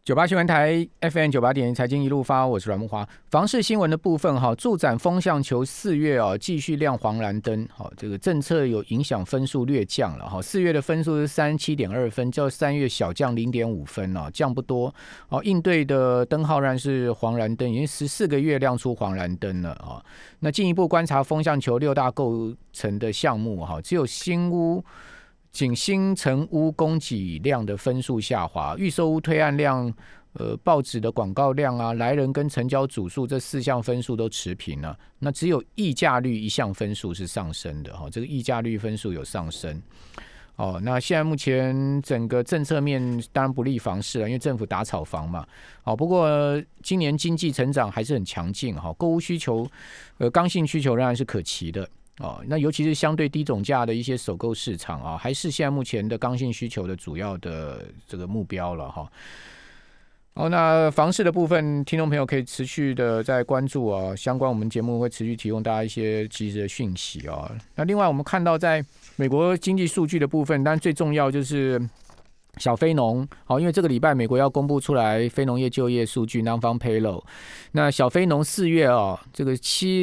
98新闻台 FM 98.1财经一路发，我是阮木华。房市新闻的部分哈，助展风向球4月继续亮黄蓝灯，这个政策有影响分数略降了哈。4月的分数是37.2分，较3月小降0.5分降不多。应对的灯号仍然是黄蓝灯，已经14个月亮出黄蓝灯了那进一步观察风向球6大构成的项目只有仅新成屋供给量的分数下滑，预售屋推案量、报纸的广告量来人跟成交组数这4项分数都持平了。那只有议价率1项分数是上升的这个议价率分数有上升。那现在目前整个政策面当然不利房市了，因为政府打炒房嘛。不过今年经济成长还是很强劲购屋需求、刚性需求仍然是可期的。那尤其是相对低总价的一些首购市场还是现在目前的刚性需求的主要的这个目标了那房市的部分，听众朋友可以持续的在关注相关我们节目会持续提供大家一些及时的讯息那另外我们看到在美国经济数据的部分，当然最重要就是小非农因为这个礼拜美国要公布出来非农业就业数据 Non-Farm Payroll， 那小非农4月这个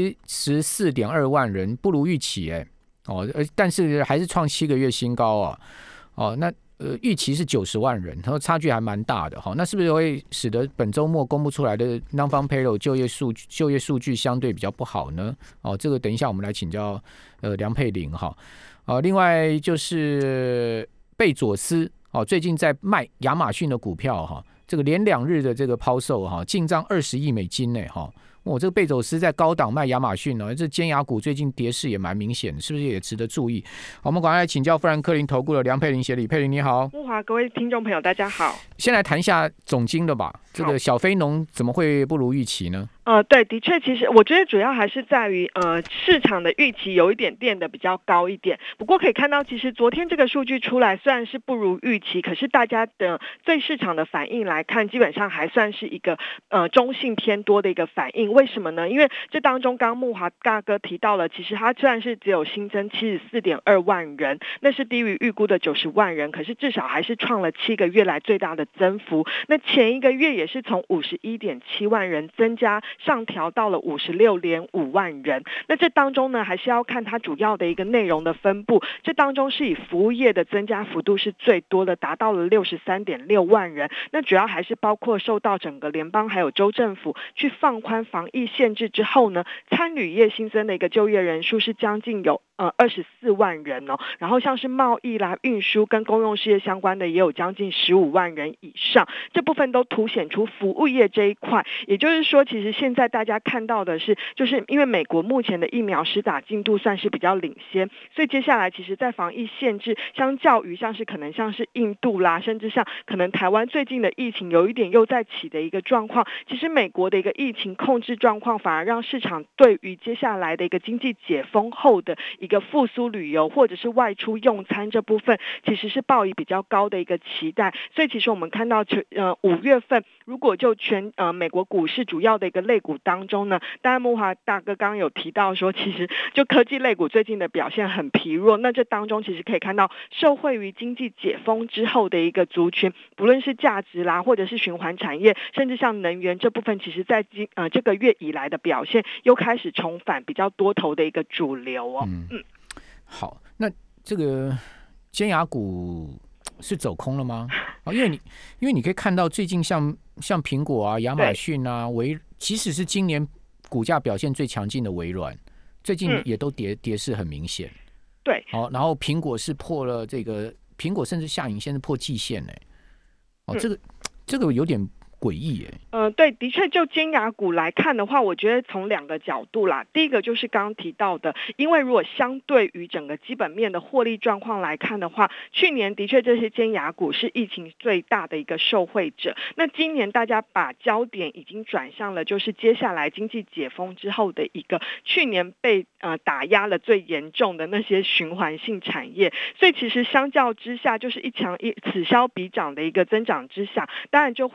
74.2 万人，不如预期但是还是创7个月新高那预期是90万人，然后差距还蛮大的那是不是会使得本周末公布出来的 Non-Farm Payroll 就业数据相对比较不好呢这个等一下我们来请教梁佩玲另外就是贝佐斯最近在卖亚马逊的股票这个连2日的这个抛售进账20亿美金呢这个贝佐斯在高档卖亚马逊这尖牙股最近跌势也蛮明显的，是不是也值得注意？我们赶快来请教富兰克林投顾的梁佩玲协理。佩玲你好。 木华，各位听众朋友大家好。 先来谈一下总经的吧，这个小非农怎么会不如预期呢？ 对，的确，其实我觉得主要还是在于市场的预期有一点变得比较高一点。不过可以看到，其实昨天这个数据出来虽然是不如预期，可是大家的对市场的反应来看，基本上还算是一个中性偏多的一个反应。为什么呢？因为这当中刚木华大哥提到了，其实它虽然是只有新增74.2万人，那是低于预估的90万人，可是至少还是创了7个月来最大的增幅。那前一个月也是从51.7万人增加上调到了56.5万人。那这当中呢，还是要看它主要的一个内容的分布。这当中是以服务业的增加幅度是最多的，达到了63.6万人。那主要还是包括受到整个联邦还有州政府去放宽防疫限制之后呢，餐旅业新增的一个就业人数是将近有24万人然后像是贸易啦、运输跟公用事业相关的也有将近15万人以上，这部分都凸显出服务业这一块。也就是说，其实现在大家看到的是，就是因为美国目前的疫苗施打进度算是比较领先，所以接下来其实在防疫限制相较于像是印度啦，甚至像可能台湾最近的疫情有一点又在起的一个状况，其实美国的一个疫情控制状况反而让市场对于接下来的一个经济解封后的一个复苏旅游或者是外出用餐这部分其实是抱以比较高的一个期待。所以其实我们看到5月份如果就美国股市主要的一个类股当中呢，当然木华大哥刚刚有提到说，其实就科技类股最近的表现很疲弱，那这当中其实可以看到受惠于经济解封之后的一个族群，不论是价值啦或者是循环产业，甚至像能源这部分，其实在这个月以来的表现又开始重返比较多头的一个主流好，那这个尖牙股是走空了吗？因为你可以看到最近像苹果亚马逊即使是今年股价表现最强劲的微软，最近也都跌势很明显。 对， 然后苹果是破了苹果甚至下影线是破季线这个有点诡异耶。 对，的确就尖牙股来看的话，我觉得从2个角度啦。第一个就是刚刚提到的，因为如果相对于整个基本面的获利状况来看的话，去年的确这些尖牙股是疫情最大的一个受惠者。那今年大家把焦点已经转向了，就是接下来经济解封之后的一个去年被打压了最严重的那些循环性产业。所以其实相较之下，就是此消彼长的一个增长之下，当然就会让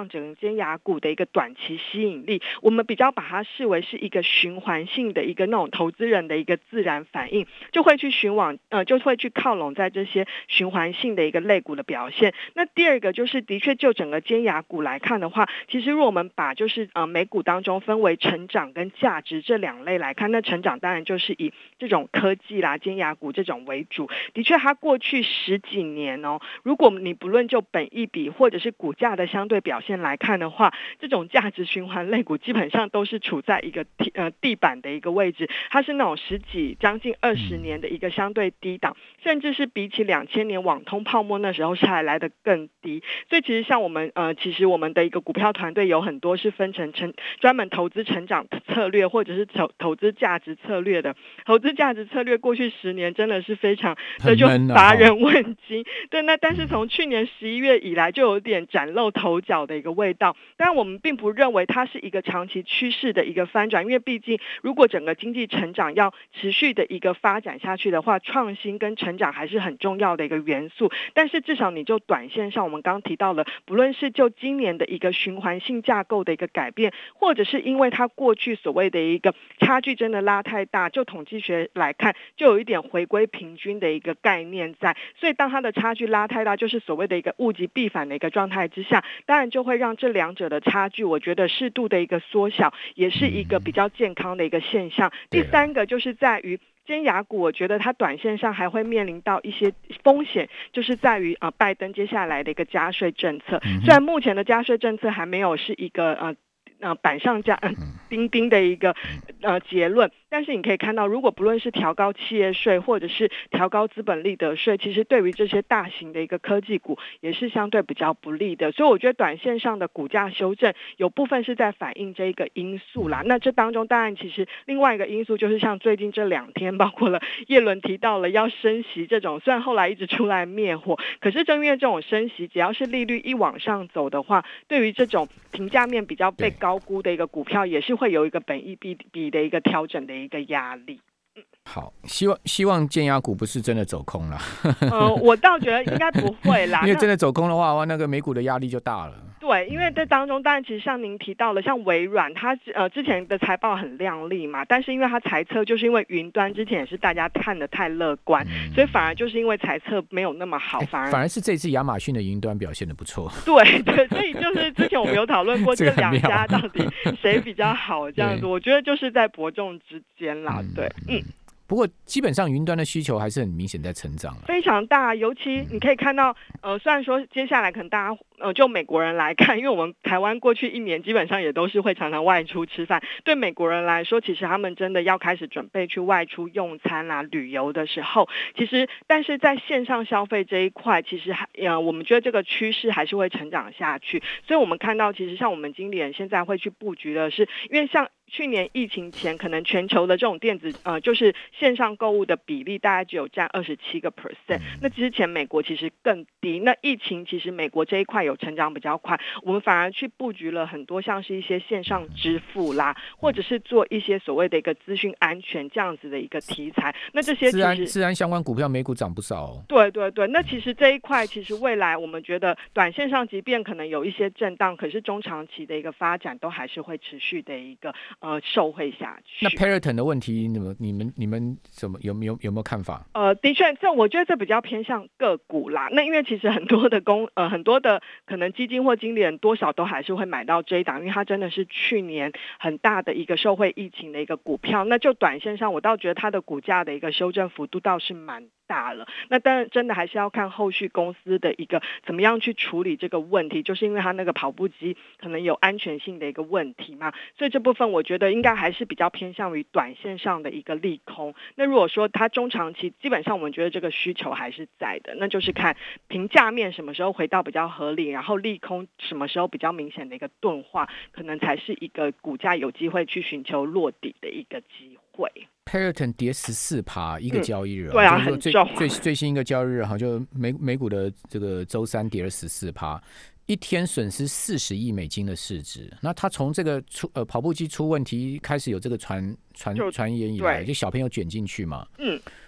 像整个尖牙股的一个短期吸引力，我们比较把它视为是一个循环性的一个那种投资人的一个自然反应，就会去就会去靠拢在这些循环性的一个类股的表现。那第二个就是的确就整个尖牙股来看的话，其实如果我们把就是美股当中分为成长跟价值这两类来看，那成长当然就是以这种科技啦尖牙股这种为主。的确它过去10几年如果你不论就本益比或者是股价的相对表现来看的话，这种价值循环类股基本上都是处在一个地板的一个位置，它是那种10几将近20年的一个相对低档，甚至是比起2000年网通泡沫那时候是还来得更低。所以其实像我们其实我们的一个股票团队有很多是分成专门投资成长策略或者是投资价值策略的。投资价值策略过去10年真的是非常这就乏人问津。对，那但是从去年11月以来就有点崭露头角的一个味道。当然我们并不认为它是一个长期趋势的一个翻转，因为毕竟如果整个经济成长要持续的一个发展下去的话，创新跟成长还是很重要的一个元素。但是至少你就短线上我们刚刚提到了，不论是就今年的一个循环性架构的一个改变，或者是因为它过去所谓的一个差距真的拉太大，就统计学来看就有一点回归平均的一个概念在，所以当它的差距拉太大，就是所谓的一个物极必反的一个状态之下，当然就会让这两者的差距我觉得适度的一个缩小，也是一个比较健康的一个现象。第三个就是在于尖牙股，我觉得它短线上还会面临到一些风险，就是在于拜登接下来的一个加税政策。虽然目前的加税政策还没有是一个板上钉钉的一个结论，但是你可以看到，如果不论是调高企业税或者是调高资本利得税，其实对于这些大型的一个科技股也是相对比较不利的。所以我觉得短线上的股价修正有部分是在反映这一个因素啦。那这当中当然其实另外一个因素就是像最近这2天，包括了叶伦提到了要升息这种，虽然后来一直出来灭火，可是正因为这种升息，只要是利率一往上走的话，对于这种评价面比较被高估的一个股票也是会有一个本益比的一个调整的一个压力。 好，希望尖牙股不是真的走空了。 我倒觉得应该不会啦， 因为真的走空的话，那个美股的压力就大了。 对，因为这当中当然其实像您提到了，像微软它之前的财报很亮丽嘛，但是因为它财测就是因为云端之前也是大家看得太乐观，所以反而就是因为财测没有那么好，反而是这次亚马逊的云端表现得不错。 对对，所以就是之前我们有讨论过这2家到底谁比较好这样子，我觉得就是在伯仲之间啦。对， 不过基本上云端的需求还是很明显在成长， 非常大。尤其你可以看到虽然说接下来可能大家就美国人来看，因为我们台湾过去1年基本上也都是会常常外出吃饭，对美国人来说其实他们真的要开始准备去外出用餐啦旅游的时候，其实但是在线上消费这一块其实我们觉得这个趋势还是会成长下去。所以我们看到其实像我们经理人现在会去布局的是，因为像去年疫情前可能全球的这种电子就是线上购物的比例大概只有占27%，那之前美国其实更低。那疫情其实美国这一块有成长比较快，我们反而去布局了很多像是一些线上支付啦，或者是做一些所谓的一个资讯安全这样子的一个题材。那这些其实治安相关股票美股涨不少对对对，那其实这一块其实未来我们觉得短线上即便可能有一些震荡，可是中长期的一个发展都还是会持续的一个受惠下去。 那 Peloton 的问题你们怎么有没有看法？ 的确我觉得这比较偏向个股啦。那因为其实很多的可能基金或经理人多少都还是会买到这一档，因为它真的是去年很大的一个受惠疫情的一个股票。那就短线上我倒觉得它的股价的一个修正幅度倒是蛮大了。那当然真的还是要看后续公司的一个怎么样去处理这个问题，就是因为它那个跑步机可能有安全性的一个问题嘛，所以这部分我觉得应该还是比较偏向于短线上的一个利空。那如果说它中长期基本上我们觉得这个需求还是在的，那就是看评价面什么时候回到比较合理，然后利空什么时候比较明显的一个钝化，可能才是一个股价有机会去寻求落底的一个机会。 Peloton 跌14%一个交易日， 对啊，很重。 最新一个交易日就美股的这个周3跌了14%，一天损失40亿美金的市值。那他从这个跑步机出问题开始有这个传言以来，就小朋友卷进去嘛，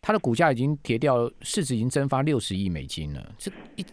它的股价已经跌掉，市值已经蒸发60亿美金了，这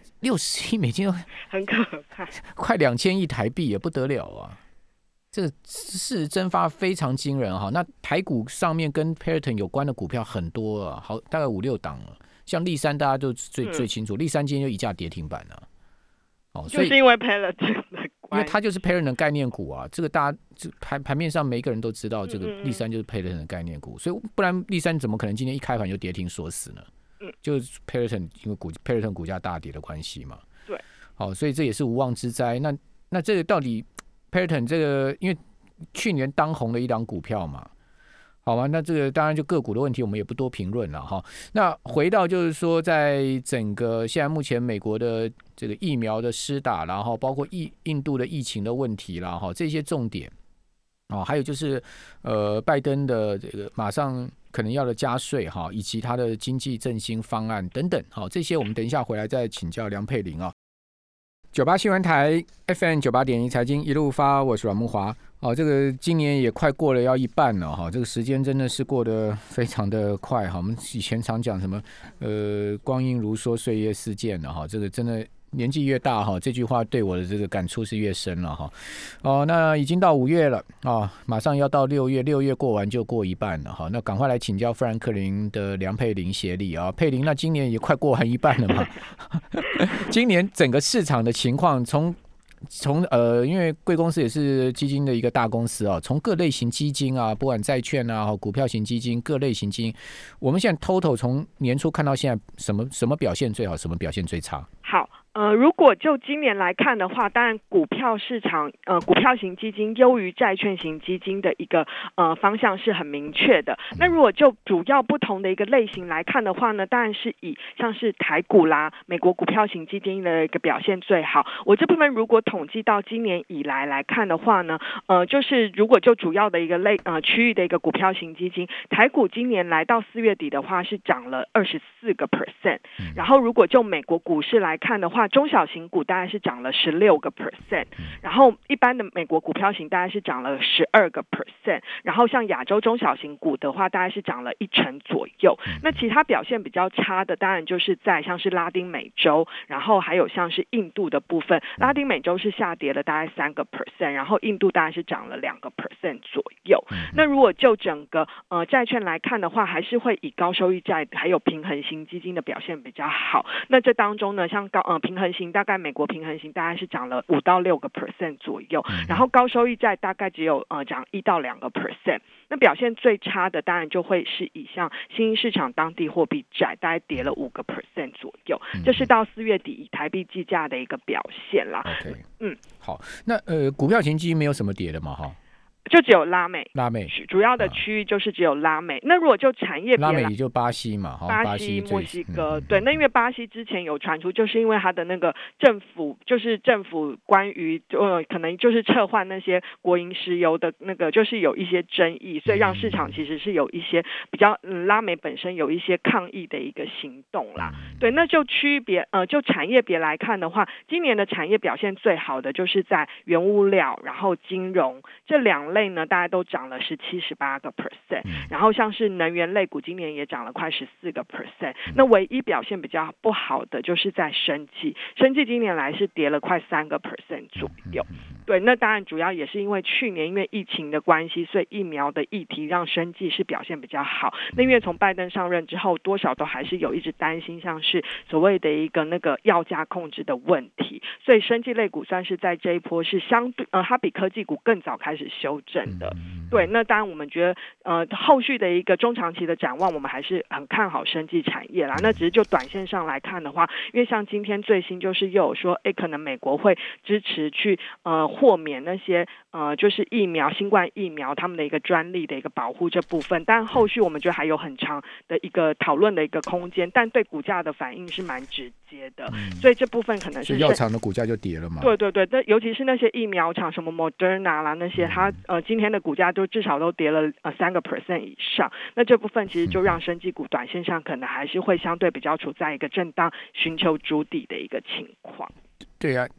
60亿美金很可怕， 快2000亿台币也不得了啊！这个市值蒸发非常惊人哈。那台股上面跟 Peloton 有关的股票很多啊，好大概5-6档了。像立山大家都最清楚，立山今天就一价跌停板了。 就是因为 Peloton 的关系， 因为它就是 Peloton 的概念股啊，这个大家盘面上每一个人都知道，这个立山就是 Peloton 的概念股，所以不然立山怎么可能今天一开盘就跌停锁死呢？就是 Peloton 因为Peloton 股价大跌的关系嘛。 对， 好，所以这也是无妄之灾。那这个到底 Peloton 这个，因为去年当红的一档股票嘛。好吧，那这个当然就个股的问题，我们也不多评论了哈。那回到就是说，在整个现在目前美国的这个疫苗的施打，然后包括印度的疫情的问题啦，哈，这些重点还有就是拜登的这个马上可能要的加税哈，以及他的经济振兴方案等等，好，这些我们等一下回来再请教梁佩玲啊。98新闻台 FM 98.1财经一路发，我是阮慕骅。这个今年也快过了要一半了哈，这个时间真的是过得非常的快哈。我们以前常讲什么光阴如梭，岁月似箭了哈，这个真的年纪越大哈，这句话对我的这个感触是越深了哈。那已经到5月了马上要到6月，6月过完就过一半了哈。那赶快来请教富兰克林的梁佩玲协理啊，佩玲，那今年也快过完一半了嘛？今年整个市场的情况因为贵公司也是基金的一个大公司从各类型基金啊，不管债券啊、股票型基金、各类型基金，我们现在 total 从年初看到现在，什么表现最好，什么表现最差？ 好。如果就今年来看的话，当然股票市场股票型基金优于债券型基金的一个方向是很明确的。那如果就主要不同的一个类型来看的话呢，当然是以像是台股啦、美国股票型基金的一个表现最好。我这部分如果统计到今年以来看的话呢，就是如果就主要的一个区域的一个股票型基金，台股今年来到4月底的话是涨了24%，然后如果就美国股市来看的话，中小型股大概是涨了16%，然后一般的美国股票型大概是涨了12%，然后像亚洲中小型股的话大概是涨了1%左右。那其他表现比较差的当然就是在像是拉丁美洲，然后还有像是印度的部分，拉丁美洲是下跌了大概3%，然后印度大概是涨了2% 左右。那如果就整个债券来看的话，还是会以高收益债还有平衡型基金的表现比较好。那这当中呢，像平衡型大概美国平衡型大概是涨了5到6% 左右，然后高收益债大概只有涨1到2%。那表现最差的当然就会是以像新兴市场当地货币债大概跌了5% 左右，这是到4月底以台币计价的一个表现啦。 OK， 好，那股票型基金没有什么跌的嘛哈？ 就只有拉美主要的区域就是只有拉美。那如果就产业别拉美也就巴西嘛， 巴西、墨西哥，对。那因为巴西之前有传出，就是因为它的那个政府关于可能就是撤换那些国营石油的那个，就是有一些争议，所以让市场其实是有一些比较拉美本身有一些抗议的一个行动啦。对，那就区别就产业别来看的话，今年的产业表现最好的就是在原物料，然后金融这两类呢，大概都涨了17-18%，然后像是能源类股今年也涨了快14%。那唯一表现比较不好的就是在生技今年来是跌了快3% 左右。对，那当然主要也是因为去年因为疫情的关系，所以疫苗的议题让生技是表现比较好。那因为从拜登上任之后，多少都还是有一直担心像是所谓的一个那个药价控制的问题，所以生技类股算是在这一波是相对它比科技股更早开始修正的。对，那当然我们觉得后续的一个中长期的展望，我们还是很看好生技产业啦。那只是就短线上来看的话，因为像今天最新就是又有说可能美国会支持去豁免那些就是新冠疫苗他们的一个专利的一个保护这部分，但后续我们觉得还有很长的一个讨论的一个空间，但对股价的反应是蛮直接的。所以这部分可能是药厂的股价就跌了嘛。 对，尤其是那些疫苗厂什么 Moderna 啦那些，它今天的股价就至少都跌了3% 以上。那这部分其实就让生技股短线上可能还是会相对比较处在一个震荡寻求筑底的一个情况。 对啊，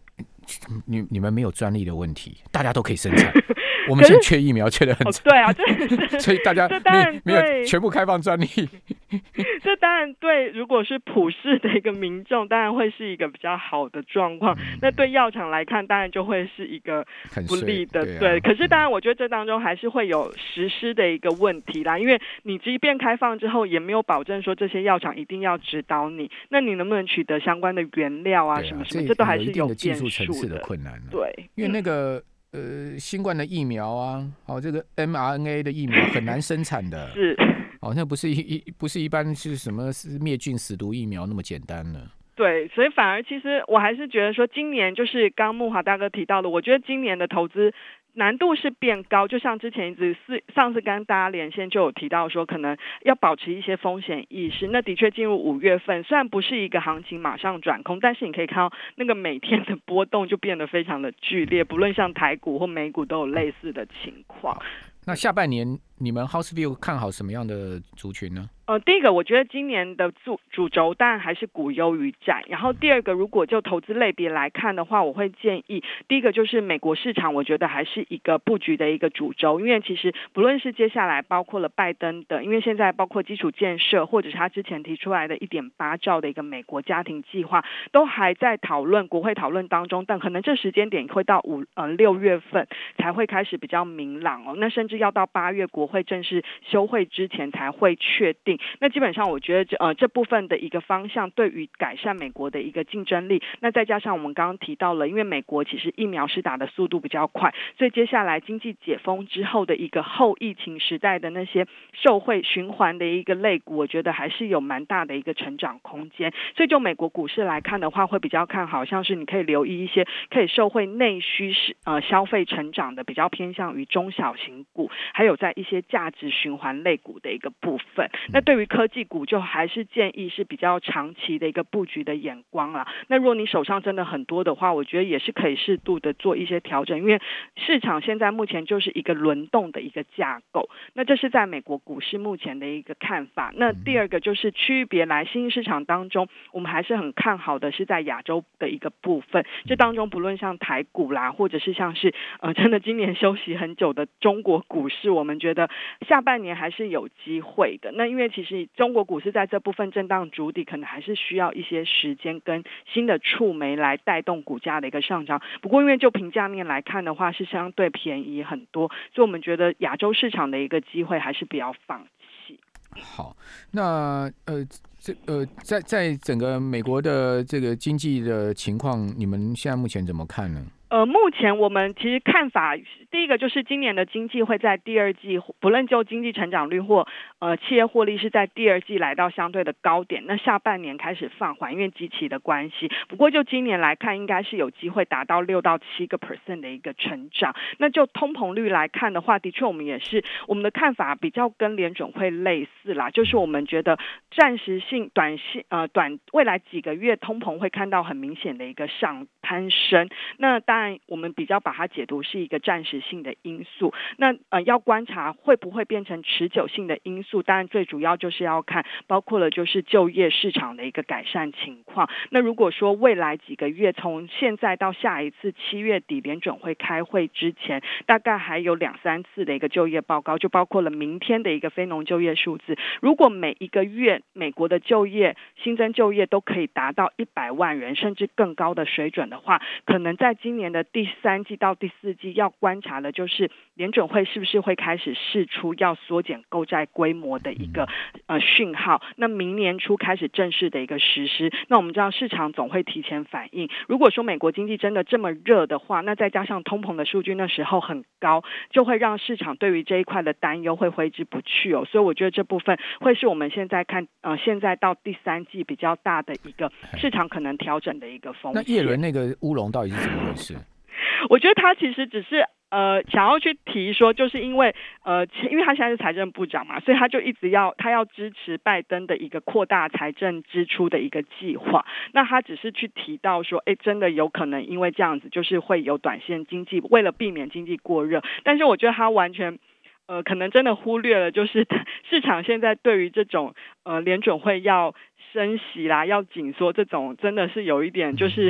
你们没有专利的问题，大家都可以生产。我们现在缺疫苗缺得很惨， 对啊， 所以大家这当然没有全部开放专利。 这当然对，如果是普世的一个民众，当然会是一个比较好的状况。那对药厂来看，当然就会是一个不利的。对，可是当然，我觉得这当中还是会有实施的一个问题啦，因为你即便开放之后，也没有保证说这些药厂一定要指导你，那你能不能取得相关的原料啊，什么什么，这都还是有一定的技术术层次的困难。 对， 因为那个。新冠的疫苗啊，这个 mRNA 的疫苗很难生产的， 是， 那不是一般是什么是灭菌死毒疫苗那么简单呢？ 对，所以反而其实我还是觉得说，今年就是刚慕骅大哥提到的，我觉得今年的投资难度是变高，就像之前上次跟大家连线就有提到说，可能要保持一些风险意识。那的确进入5月份，虽然不是一个行情马上转空，但是你可以看到那个每天的波动就变得非常的剧烈，不论像台股或美股都有类似的情况。 那下半年你们 House View 看好什么样的族群呢？ 第一个，我觉得今年的主轴当然还是股优于债。然后第二个，如果就投资类别来看的话，我会建议第一个就是美国市场，我觉得还是一个布局的一个主轴，因为其实不论是接下来包括了拜登的，因为现在包括基础建设，或者是他之前提出来的1.8兆的一个美国家庭计划，都还在讨论，国会讨论当中，但可能这时间点会到6月份才会开始比较明朗哦。那甚至要到8月国会正式休会之前才会确定。那基本上我觉得这部分的一个方向对于改善美国的一个竞争力，那再加上我们刚刚提到了，因为美国其实疫苗施打的速度比较快，所以接下来经济解封之后的一个后疫情时代的那些受惠循环的一个类股，我觉得还是有蛮大的一个成长空间。所以就美国股市来看的话，会比较看好像是你可以留意一些可以受惠内需消费成长的比较偏向于中小型股，还有在一些价值循环类股的一个部分。那对于科技股就还是建议是比较长期的一个布局的眼光啦。那如果你手上真的很多的话，我觉得也是可以适度的做一些调整，因为市场现在目前就是一个轮动的一个架构。那这是在美国股市目前的一个看法。那第二个就是区别来新兴市场当中，我们还是很看好的是在亚洲的一个部分。这当中不论像台股啦，或者是像是真的今年休息很久的中国股市，我们觉得下半年还是有机会的。那因为其实中国股市在这部分震荡筑底，可能还是需要一些时间跟新的触媒来带动股价的一个上涨。不过因为就评价面来看的话，是相对便宜很多，所以我们觉得亚洲市场的一个机会还是不要放弃。 好，那在整个美国的这个经济的情况，你们现在目前怎么看呢？ 目前我们其实看法，第一个就是今年的经济会在第二季，不论就经济成长率或企业获利是在第二季来到相对的高点，那下半年开始放缓，因为基期的关系。不过就今年来看，应该是有机会达到6到7% 的一个成长。那就通膨率来看的话，的确我们的看法比较跟联准会类似啦，就是我们觉得暂时性未来几个月通膨会看到很明显的一个上攀升。那当然我们比较把它解读是一个暂时性的因素。那要观察会不会变成持久性的因素，当然最主要就是要看包括了就是就业市场的一个改善情况。那如果说未来几个月从现在到下一次7月底联准会开会之前，大概还有2-3次的一个就业报告，就包括了明天的一个非农就业数字。如果每一个月美国的新增就业都可以达到100万人甚至更高的水准的话，可能在今年的第3季到第4季要观察的就是联准会是不是会开始释出要缩减购债规模的一个讯号。那明年初开始正式的一个实施，那我们知道市场总会提前反应。如果说美国经济真的这么热的话，那再加上通膨的数据那时候很高，就会让市场对于这一块的担忧会挥之不去哦。所以我觉得这部分会是我们现在看现在到第3季比较大的一个市场可能调整的一个风险。 那叶伦那个乌龙到底是怎么回事？ 我觉得他其实只是想要去提说，就是因为他现在是财政部长嘛，所以他就一直要支持拜登的一个扩大财政支出的一个计划。那他只是去提到说，真的有可能因为这样子，就是会有短线经济，为了避免经济过热。但是我觉得他完全可能真的忽略了，就是市场现在对于这种联准会要升息啦、要紧缩这种，真的是有一点就是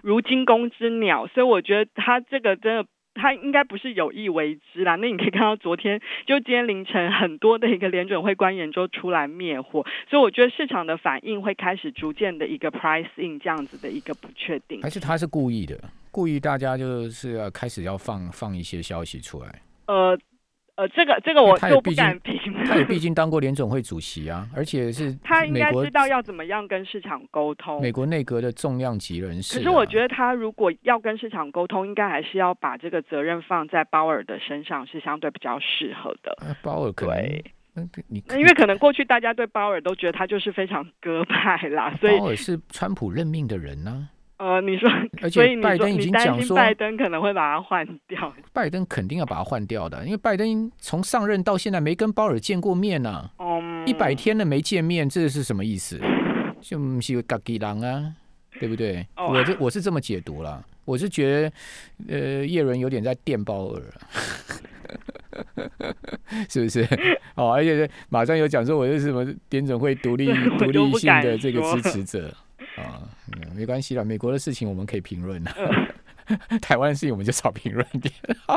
如惊弓之鸟，所以我觉得他这个真的。他应该不是有意为之啦，那你可以看到昨天就今天凌晨很多的一个联准会官员就出来灭火，所以我觉得市场的反应会开始逐渐的一个 price in 这样子的一个不确定， 还是他是故意的，故意大家就是要开始要放一些消息出来。 这个我就不敢评。 他也毕竟当过联总会主席啊，而且是他应该知道要怎么样跟市场沟通。 美国内阁的重量级人士、啊。 可是我觉得他如果要跟市场沟通，应该还是要把这个责任放在鲍尔的身上，是相对比较适合的。 鲍尔可能对。因为可能过去大家对鲍尔都觉得他就是非常鸽派啦，所以鲍尔是川普任命的人呢、 你说， 所以拜登已经讲说， 拜登可能会把他换掉。 拜登肯定要把他换掉的，因为拜登从上任到现在没跟鲍尔见过面啊，100天了没见面，这是什么意思？就不是自己人啊，对不对？我是这么解读啦，我是觉得叶伦有点在电鲍尔。是不是？而且马上有讲说我是什么联准会独立性的这个支持者没关系啦，美国的事情我们可以评论台湾的事情我们就少评论点。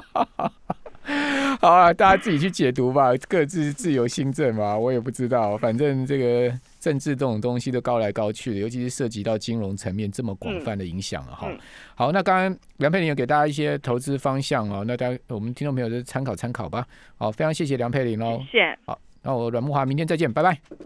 好啊，大家自己去解读吧，各自自由心证嘛，我也不知道，反正这个政治这种东西都高来高去的，尤其是涉及到金融层面这么广泛的影响了哈。好，那刚刚梁佩玲有给大家一些投资方向哦，那大家我们听众朋友就参考吧。好，非常谢谢梁佩玲哦。 谢谢。 好，那我阮慕骅明天再见，拜拜。